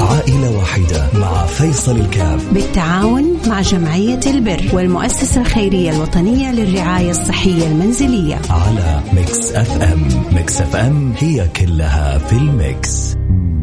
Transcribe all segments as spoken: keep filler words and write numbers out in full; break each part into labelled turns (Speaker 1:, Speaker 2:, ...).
Speaker 1: عائلة واحدة مع فيصل الكاف
Speaker 2: بالتعاون مع جمعية البر والمؤسسة الخيرية الوطنية للرعاية الصحية المنزلية
Speaker 1: على ميكس اف ام. ميكس اف ام هي كلها في الميكس.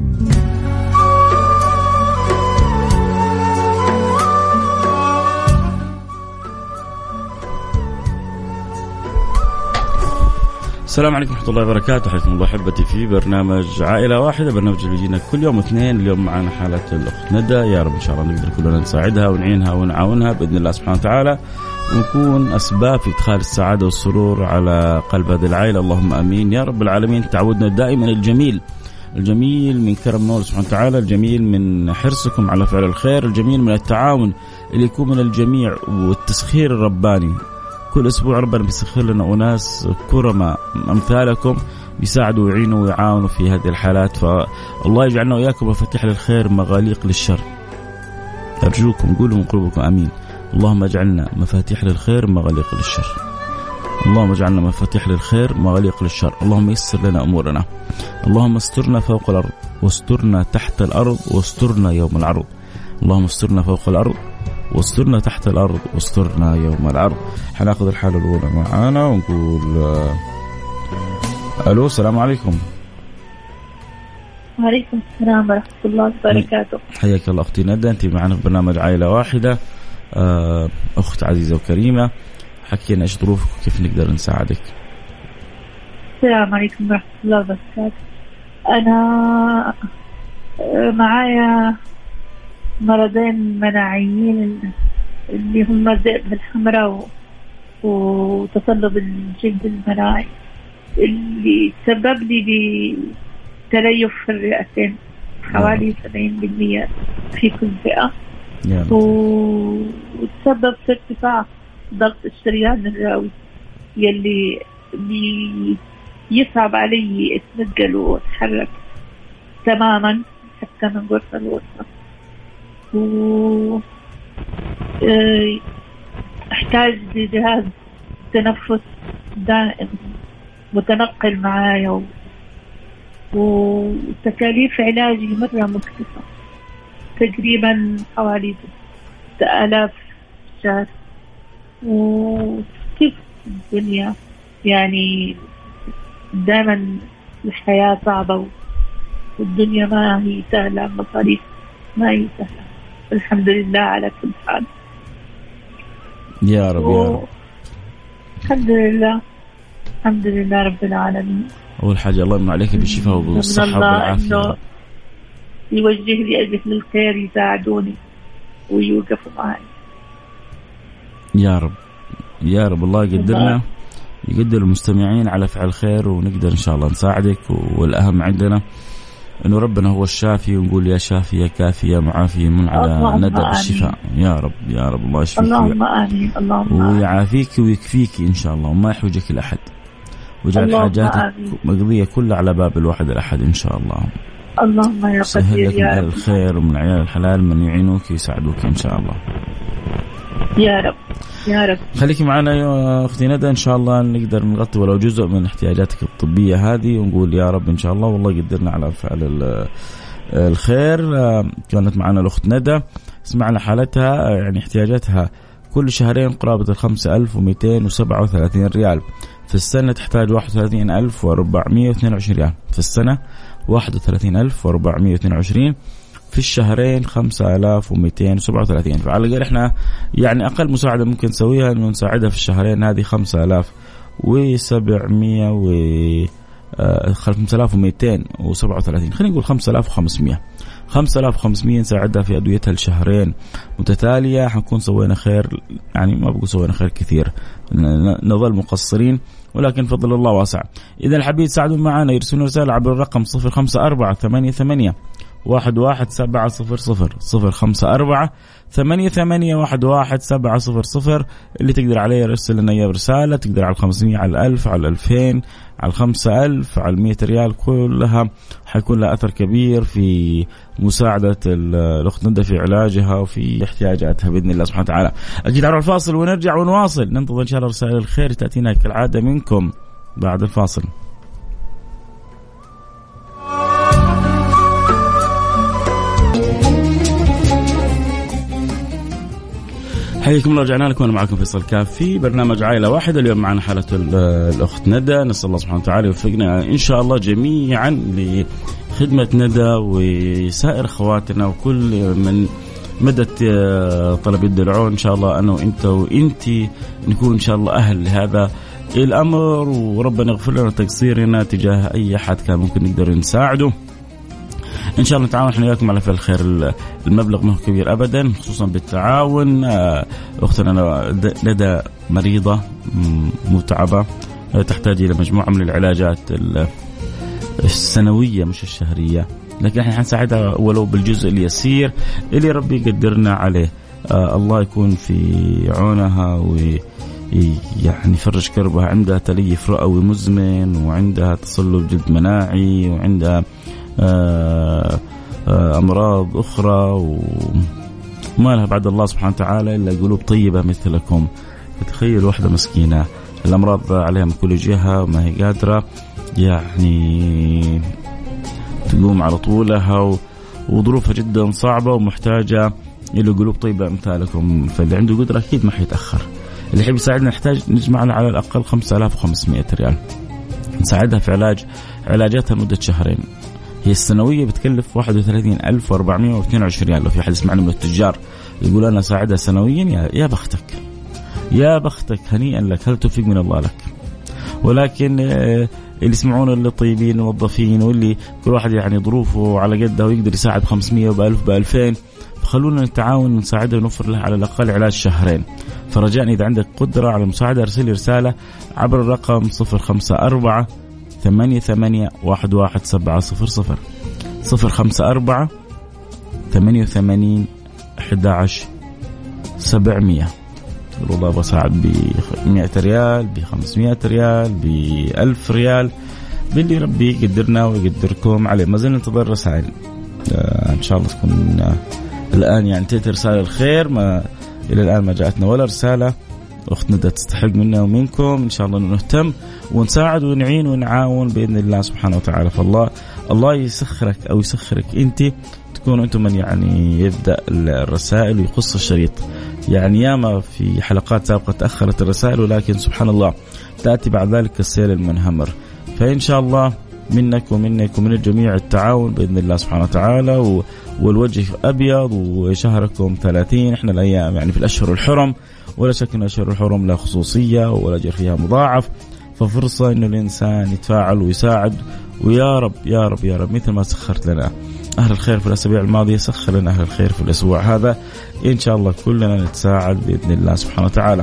Speaker 3: السلام عليكم ورحمة الله وبركاته. حياكم الله أحبتي في برنامج عائلة واحدة، برنامج اللي يجينا كل يوم اثنين. اليوم معنا حالة الأخت ندى، يا رب إن شاء الله نقدر كلنا نساعدها ونعينها ونعاونها بإذن الله سبحانه وتعالى، ونكون أسباب في إدخال السعادة والسرور على قلب هذه العائلة. اللهم آمين يا رب العالمين. تعودنا دائما الجميل، الجميل من كرم الله سبحانه وتعالى، الجميل من حرصكم على فعل الخير، الجميل من التعاون اللي يكون من الجميع والتسخير الرباني. كل أسبوع ربنا بيسخر لنا أناس كرماء أمثالكم بيساعدوا ويعينوا ويعاونوا في هذه الحالات. فالله يجعلنا وإياكم مفاتيح للخير مغاليق للشر. أرجوكم قولوا من قلوبكم آمين. اللهم اجعلنا مفاتيح للخير مغاليق للشر. اللهم اجعلنا مفاتيح للخير مغاليق للشر. اللهم يسر لنا أمورنا. اللهم استرنا فوق الأرض واسترنا تحت الأرض واسترنا يوم العرض. اللهم استرنا فوق الأرض واسترنا تحت الأرض واسترنا يوم العرض. حناخذ الحالة الأولى معانا ونقول آه... ألو، السلام عليكم.
Speaker 4: وعليكم السلام ورحمة الله وبركاته.
Speaker 3: حياك الله أختي ندى، أنت معنا في برنامج عائلة واحدة. آه... أخت عزيزة وكريمة، حكينا إيش ظروفك وكيف نقدر نساعدك.
Speaker 4: السلام عليكم ورحمة الله وبركاته. أنا معايا مرضين مناعيين اللي هم الذئبة الحمراء وتصلب الجلد المناعي اللي سبب لي بتليف في الرئتين حوالي سبعين بالمئة في كل فئة، وتسبب في ارتفاع ضغط الشريان الرئوي يلي يصعب علي اتنقل واتحرك تماما حتى من غرفة الغرفة، و احتاج لجهاز تنفس دائم متنقل معايا، وتكاليف علاجي مرة مكلفة تقريبا حوالي ستة آلاف شهر. وكيف الدنيا يعني دائما الحياة صعبة والدنيا ما هي سهلة، المصاريف ما هي سهلة. الحمد لله على كل حال.
Speaker 3: يا رب و... يا رب.
Speaker 4: الحمد لله الحمد لله رب العالمين.
Speaker 3: أول حاجة الله يمن عليك بالشفاء والصحة والعافية،
Speaker 4: يوجه لي أجل الخير، يساعدوني ويوقفوا معي
Speaker 3: يا رب يا رب. الله يقدرنا يقدر المستمعين على فعل خير، ونقدر إن شاء الله نساعدك. والأهم عندنا إنه ربنا هو الشافي، ونقول يا شافي يا كافي يا معافي من على ندى بالشفاء يا رب يا رب. الله يشفيك
Speaker 4: اللهم آمين اللهم آمين،
Speaker 3: ويعافيك ويكفيك إن شاء الله، وما يحوجك لأحد، وجعل حاجاتك مقضية كلها على باب الواحد الأحد إن شاء الله.
Speaker 4: اللهم يا
Speaker 3: قدير يا رب. الخير ومن عيال الحلال من يعينوك ويساعدوك إن شاء الله
Speaker 4: يا رب يا رب.
Speaker 3: خليكي معنا يا أختي ندى، إن شاء الله نقدر نغطي ولو جزء من احتياجاتك الطبية هذه، ونقول يا رب إن شاء الله والله يقدرنا على فعل الخير. كانت معنا الأخت ندى، سمعنا حالتها يعني احتياجاتها كل شهرين قرابة الخمسة ألف ومئتين وسبعة وثلاثين ريال في السنة، تحتاج واحد وثلاثين ألف وأربعمائة واثنين وعشرين ريال في السنة، واحد وثلاثين ألف وأربعمائة واثنين وعشرين في الشهرين، خمسة آلاف ومئتين وسبعة وثلاثين. فعلى الأقل إحنا يعني أقل مساعدة ممكن نسويها إنه نساعدها في الشهرين هذه خمسة آلاف وسبعمائة و خمسة آلاف ومئتين وسبعة وثلاثين، خلينا نقول خمسة آلاف وخمسمائة خمسة آلاف وخمسمائة نساعدها في أدويتها لشهرين متتالية. حنكون سوينا خير، يعني ما بقول سوينا خير كثير، نظل مقصرين ولكن فضل الله واسع. إذا الحبيب تساعدون معنا يرسلون رسالة عبر الرقم صفر خمسة أربعة ثمانية ثمانية واحد واحد سبعة صفر صفر صفر خمسة أربعة ثمانية ثمانية واحد واحد سبعة صفر صفر. اللي تقدر عليه يرسل لنا إياه برسالة، تقدر على الخمسمية، على الألف، على الألفين، على الخمسة ألف، على المئة ريال، كلها حيكون لها أثر كبير في مساعدة الأخت ندى في علاجها وفي احتياجاتها بإذن الله سبحانه وتعالى. أكيد على الفاصل ونرجع ونواصل، ننتظر إن شاء الله رسائل الخير تأتينا كالعادة منكم بعد الفاصل. حياكم الله. رجعنا لكم، أنا معكم فيصل كاف في برنامج عائلة واحدة. اليوم معنا حالة الأخت ندى، نسأل الله سبحانه وتعالى يوفقنا إن شاء الله جميعا لخدمة ندى وسائر أخواتنا وكل من مدت طلب يد العون. إن شاء الله أنا وإنت وإنتي نكون إن شاء الله أهل لهذا الأمر، وربنا يغفر لنا تقصيرنا تجاه أي أحد كان ممكن نقدر نساعده. إن شاء الله نتعاون إحنا وياكم على فعل الخير. المبلغ ما هو كبير أبدا، خصوصا بالتعاون. أختنا ندى مريضة متعبة، تحتاج إلى مجموعة من العلاجات السنوية مش الشهرية، لكن إحنا حنساعدها ولو بالجزء اليسير اللي ربي يقدرنا عليه. الله يكون في عونها ويعني يفرج كربها. عندها تليف رئوي مزمن، وعندها تصلب جلد مناعي، وعندها أمراض أخرى، وما لها بعد الله سبحانه وتعالى إلا قلوب طيبة مثلكم. فتخيل واحدة مسكينة الأمراض عليها من كل جهة وما هي قادرة يعني تقوم على طولها، وظروفها جدا صعبة ومحتاجة إلى قلوب طيبة مثالكم. فاللي عنده قدرة أكيد ما حيتأخر. اللي يحب يساعدنا نحتاج نجمع على الأقل خمسة آلاف وخمسمائة ريال، نساعدها في علاج علاجاتها مدة شهرين. هي السنوية بتكلف واحد وثلاثين ألف وأربعمائة واثنين وعشرين ريال. لو في حد يسمعنا من التجار يقول أنا ساعدها سنويا، يا بختك يا بختك، هنيئا لك، هل توفيق من الله لك. ولكن اللي يسمعون اللي طيبين الموظفين واللي كل واحد يعني ظروفه على قده ويقدر يساعد خمسمائة وبألف بألفين، فخلونا نتعاون ونساعده ونوفر له على الأقل علاج شهرين. فرجاء إذا عندك قدرة على المساعدة ارسل رسالة عبر الرقم صفر خمسة أربعة ثمانية ثمانية واحد واحد سبعة صفر صفر صفر خمسة أربعة ثمانية ثمانين أحد عشر سبعمية. تقول والله بساعد بمئة ريال، بخمسمائة ريال، بألف ريال، باللي ربي يقدرنا ويقدركم عليه. ما زلنا ننتظر رسائل آه إن شاء الله تكون آه الآن يعني تأتي رسالة الخير. ما إلى الآن ما جاءتنا ولا رسالة. أخت ندى تستحق منا ومنكم إن شاء الله نهتم ونساعد ونعين ونعاون بإذن الله سبحانه وتعالى. فالله الله يسخرك أو يسخرك أنت تكونوا أنتم من يعني يبدأ الرسائل ويقص الشريط. يعني ياما في حلقات سابقة تأخرت الرسائل، ولكن سبحان الله تأتي بعد ذلك السيل المنهمر. فإن شاء الله منك ومنك ومن الجميع التعاون بإذن الله سبحانه وتعالى. والوجه أبيض وشهركم ثلاثين. إحنا الأيام يعني في الأشهر الحرم، ولا شك أن أشهر الحرم لا خصوصية ولا أجر فيها مضاعف، ففرصة إنه الإنسان يتفاعل ويساعد. ويا رب يا رب يا رب مثل ما سخرت لنا أهل الخير في الأسابيع الماضية، سخر لنا أهل الخير في الأسبوع هذا. إن شاء الله كلنا نتساعد بإذن الله سبحانه وتعالى.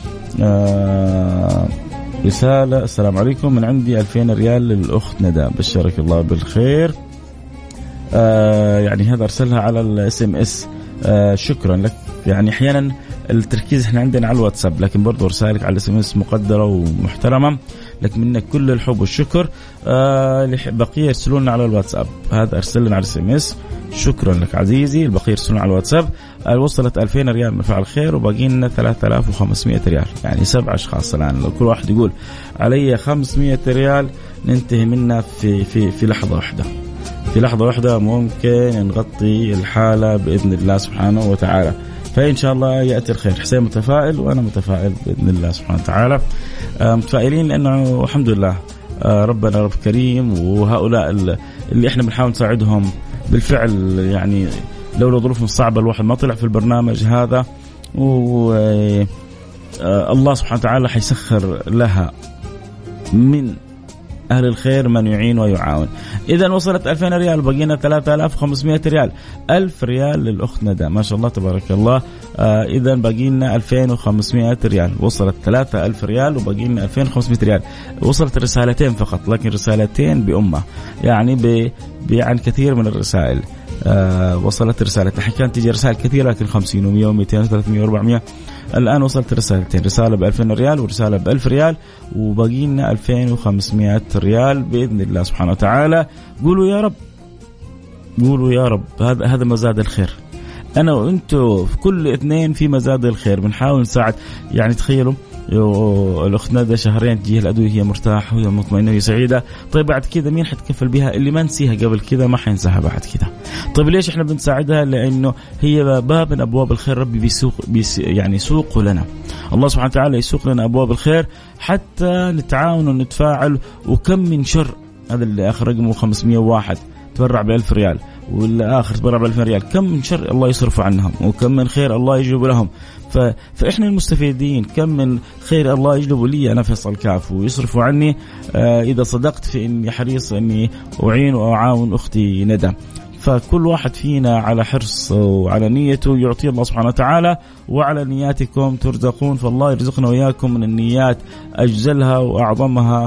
Speaker 3: آه رسالة: السلام عليكم، من عندي ألفين ريال للأخت ندى، بشرك الله بالخير. آه يعني هذا أرسلها على الاس ام اس. آه شكرا لك. يعني أحيانا التركيز احنا عندنا على الواتساب، لكن برضو رسالك على الاس ام اس مقدرة ومحترمة، لكن منك كل الحب والشكر. آه البقية يرسلون على الواتساب. هذا أرسل لنا على الاس ام اس، شكرا لك عزيزي. البقية يرسلون على الواتساب. آه وصلت ألفين ريال من فعل خير، وباقي لنا ثلاثة آلاف وخمسمائة ريال، يعني سبع أشخاص الآن. لو كل واحد يقول علي خمسمائة ريال ننتهي منها في في في لحظة واحدة. في لحظة واحدة ممكن نغطي الحالة بإذن الله سبحانه وتعالى. فإن شاء الله يأتي الخير. حسين متفائل وأنا متفائل بإذن الله سبحانه وتعالى. آه متفائلين لأنه الحمد لله آه ربنا رب كريم، وهؤلاء اللي إحنا بنحاول نساعدهم بالفعل يعني لولا ظروفهم الصعبة الواحد ما طلع في البرنامج هذا. والله سبحانه وتعالى حيسخر لها من أهل الخير من يعين ويعاون. إذا وصلت ألفين ريال، بقينا ثلاثة آلاف وخمسمائة ريال. ألف ريال للأخت ندى، ما شاء الله تبارك الله. آه إذا بقينا ألفين وخمسمائة ريال. وصلت ثلاثة ألف ريال وبقينا ألفين وخمسمائة ريال. وصلت رسالتين فقط، لكن رسالتين بأمة يعني ب... عن كثير من الرسائل. آه وصلت رسالة. حكان تيجي رسائل كثيرة، لكن خمسين ومئة ومئتين وثلاثمائة وأربعمائة. الآن وصلت رسالتين، رسالة بألفين ريال ورسالة بألف ريال، وبقينا ألفين وخمسمائة ريال بإذن الله سبحانه وتعالى. قولوا يا رب، قولوا يا رب. هذا هذا مزاد الخير. أنا وأنتوا في كل اثنين في مزاد الخير، بنحاول نساعد. يعني تخيلوا الأخت ندى شهرين تجيه الأدوية هي مرتاحة وهي مطمئنة وهي سعيدة. طيب بعد كذا مين حتكفل بها؟ اللي ما نسيها قبل كذا ما حينساها بعد كذا. طيب ليش احنا بنساعدها؟ لأنه هي باب من أبواب الخير، ربي بيسوق بيس يعني يسوق لنا، الله سبحانه وتعالى يسوق لنا أبواب الخير حتى نتعاون ونتفاعل. وكم من شر، هذا اللي آخر رقمه خمسمائة وواحد تبرع بألف ريال، والآخر تبرع بألف ريال، كم من شر الله يصرف عنهم وكم من خير الله يجلب لهم. ف... فإحنا المستفيدين، كم من خير الله يجلب لي أنا فيصل كاف ويصرف عني آه إذا صدقت في إني حريص إني أعين وأعاون أختي ندى. فكل واحد فينا على حرص وعلى نيته يعطي الله سبحانه وتعالى، وعلى نياتكم ترزقون. فالله يرزقنا وإياكم من النيات أجزلها وأعظمها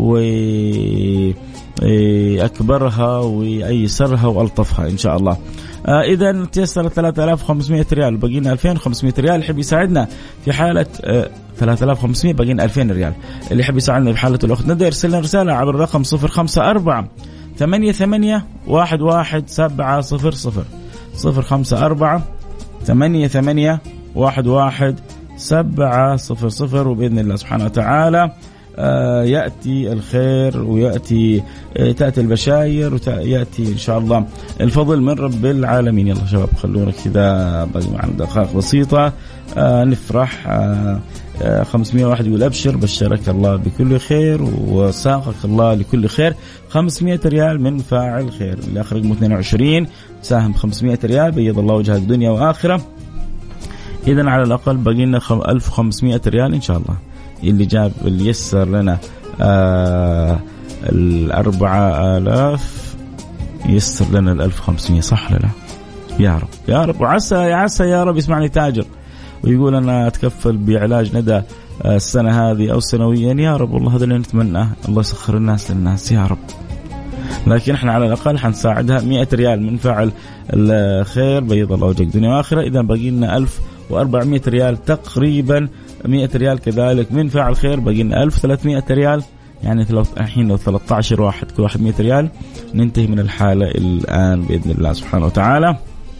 Speaker 3: وأكبرها وأيسرها وألطفها إن شاء الله. آه إذا تيسر ثلاثة آلاف وخمسمائة ريال، بقينا ألفين وخمسمائة ريال. يحب يساعدنا في حالة آه ثلاثة آلاف وخمسمائة بقينا ألفين ريال. اللي يحب يساعدنا في حالة الأخت ندى يرسل لنا رسالة عبر الرقم صفر خمسة أربعة ثمانية ثمانية واحد واحد سبعة صفر صفر صفر خمسة أربعة ثمانية ثمانية واحد واحد سبعة صفر صفر. وبإذن الله سبحانه وتعالى آه يأتي الخير ويأتي آه تأتي البشاير ويأتي إن شاء الله الفضل من رب العالمين. يلا شباب خلونا كذا باقي معنا دقائق بسيطة آه نفرح. آه آه خمسمائة واحد يقول أبشر بشرك الله بكل خير وساقك الله لكل خير. خمسمائة ريال من فاعل خير. اللي آخر رقمه اثنين وعشرين ساهم خمسمائة ريال، بيض الله وجهك دنيا وآخرة. إذن على الأقل بقينا ألف وخمسمائة ريال إن شاء الله. اللي جاب اللي يسر لنا آه الأربعة آلاف يسر لنا الألف وخمسمائة، صح لنا يا رب يا رب. وعسى يا عسى يا رب يسمعني تاجر ويقول أنا أتكفل بعلاج ندى السنة هذه أو سنويا، يا رب والله هذا اللي نتمناه. الله يسخر الناس للناس يا رب. لكن احنا على الأقل حنساعدها مئة ريال من فعل الخير، بيض الله وجهك دنيا وآخرة. إذا بقينا ألف وأربعمائة ريال تقريبا، مئة ريال كذلك من فعل خير، بقينا ألف وثلاثمائة ريال. يعني الحين لو ثلاثة عشر واحد كل واحد مئة ريال ننتهي من الحالة الآن بإذن الله سبحانه وتعالى.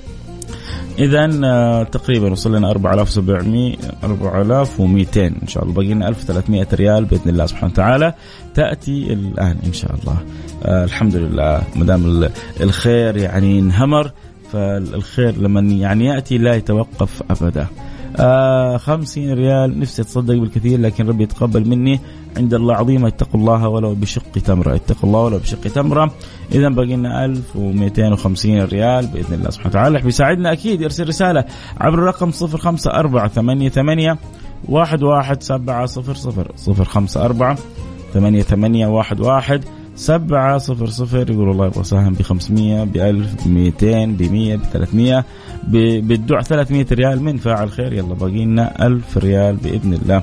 Speaker 3: إذن آه تقريبا وصلنا أربعة آلاف وسبعمائة أربعة آلاف ومئتين إن شاء الله، بقينا ألف وثلاثمائة ريال بإذن الله سبحانه وتعالى تأتي الآن إن شاء الله. آه الحمد لله، مدام الخير يعني انهمر، فالخير لما يعني يأتي لا يتوقف أبدا. آه خمسين ريال نفسي أتصدق بالكثير لكن ربي يتقبل مني، عند الله عظيمة، اتقوا الله ولو بشق تمرة، اتقوا الله ولو بشق تمرة. إذا بقينا ألف ومئتين وخمسين ريال بإذن الله سبحانه وتعالى. بيساعدنا أكيد يرسل رسالة عبر الرقم صفر خمسة أربعة ثمانية ثمانية واحد واحد سبعة صفر صفر صفر خمسة أربعة ثمانية ثمانية واحد واحد سبعة صفر صفر. يقول الله يبغى ساهم بخمسمية بألف بمئتين بمية بثلاثمية بالدع ثلاثمية ريال من فاعل خير. يلا باقينا ألف ريال بإذن الله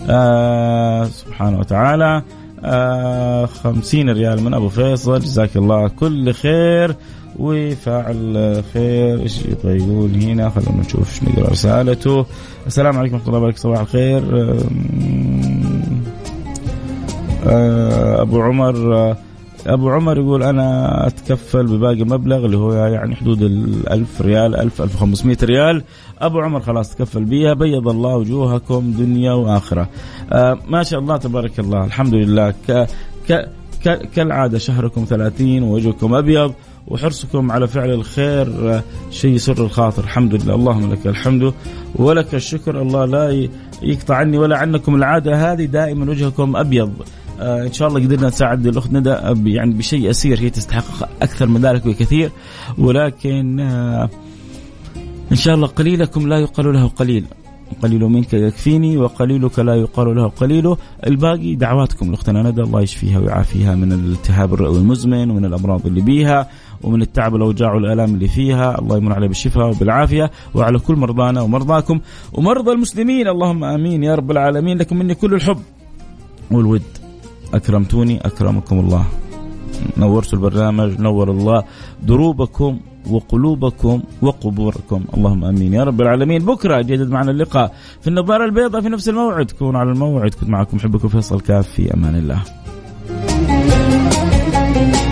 Speaker 3: آه سبحانه وتعالى. آه خمسين ريال من أبو فيصل، جزاك الله كل خير وفاعل خير. إيش يبغى يقول هنا؟ خلونا نشوف نقرأ رسالته. السلام عليكم ورحمة الله وبركاته، صباح الخير. آه أبو عمر أبو عمر يقول أنا أتكفل بباقي مبلغ اللي هو يعني حدود الألف ريال، ألف ألف وخمسمائة ريال. أبو عمر خلاص تكفل بيها، بيض الله وجوهكم دنيا وآخرة. آه ما شاء الله تبارك الله، الحمد لله. ك ك ك كالعادة شهركم ثلاثين ووجهكم أبيض، وحرصكم على فعل الخير شيء يسر الخاطر. الحمد لله، اللهم لك الحمد ولك الشكر. الله لا يقطع عني ولا عنكم العادة هذه، دائما وجهكم أبيض. آه إن شاء الله قدرنا نساعد الأخت ندى يعني بشيء أسير، هي تستحق أكثر من ذلك بكثير، ولكن آه إن شاء الله قليلكم لا يقال له قليل، قليل منك يكفيني وقليلك لا يقال له قليل. الباقي دعواتكم لأختنا ندى، الله يشفيها ويعافيها من الالتهاب الرئوي المزمن ومن الأمراض اللي بيها ومن التعب والأوجاع والآلام اللي فيها. الله يمن عليها بالشفاء وبالعافية، وعلى كل مرضانا ومرضاكم ومرضى المسلمين، اللهم آمين يا رب العالمين. لكم مني كل الحب والود، أكرمتوني أكرمكم الله، نورتوا البرنامج، نور الله دروبكم وقلوبكم وقبوركم، اللهم آمين يا رب العالمين. بكرة جدد معنا اللقاء في النظارة البيضاء في نفس الموعد. كونوا على الموعد. كنت معكم حبكم فيصل كاف، في أمان الله.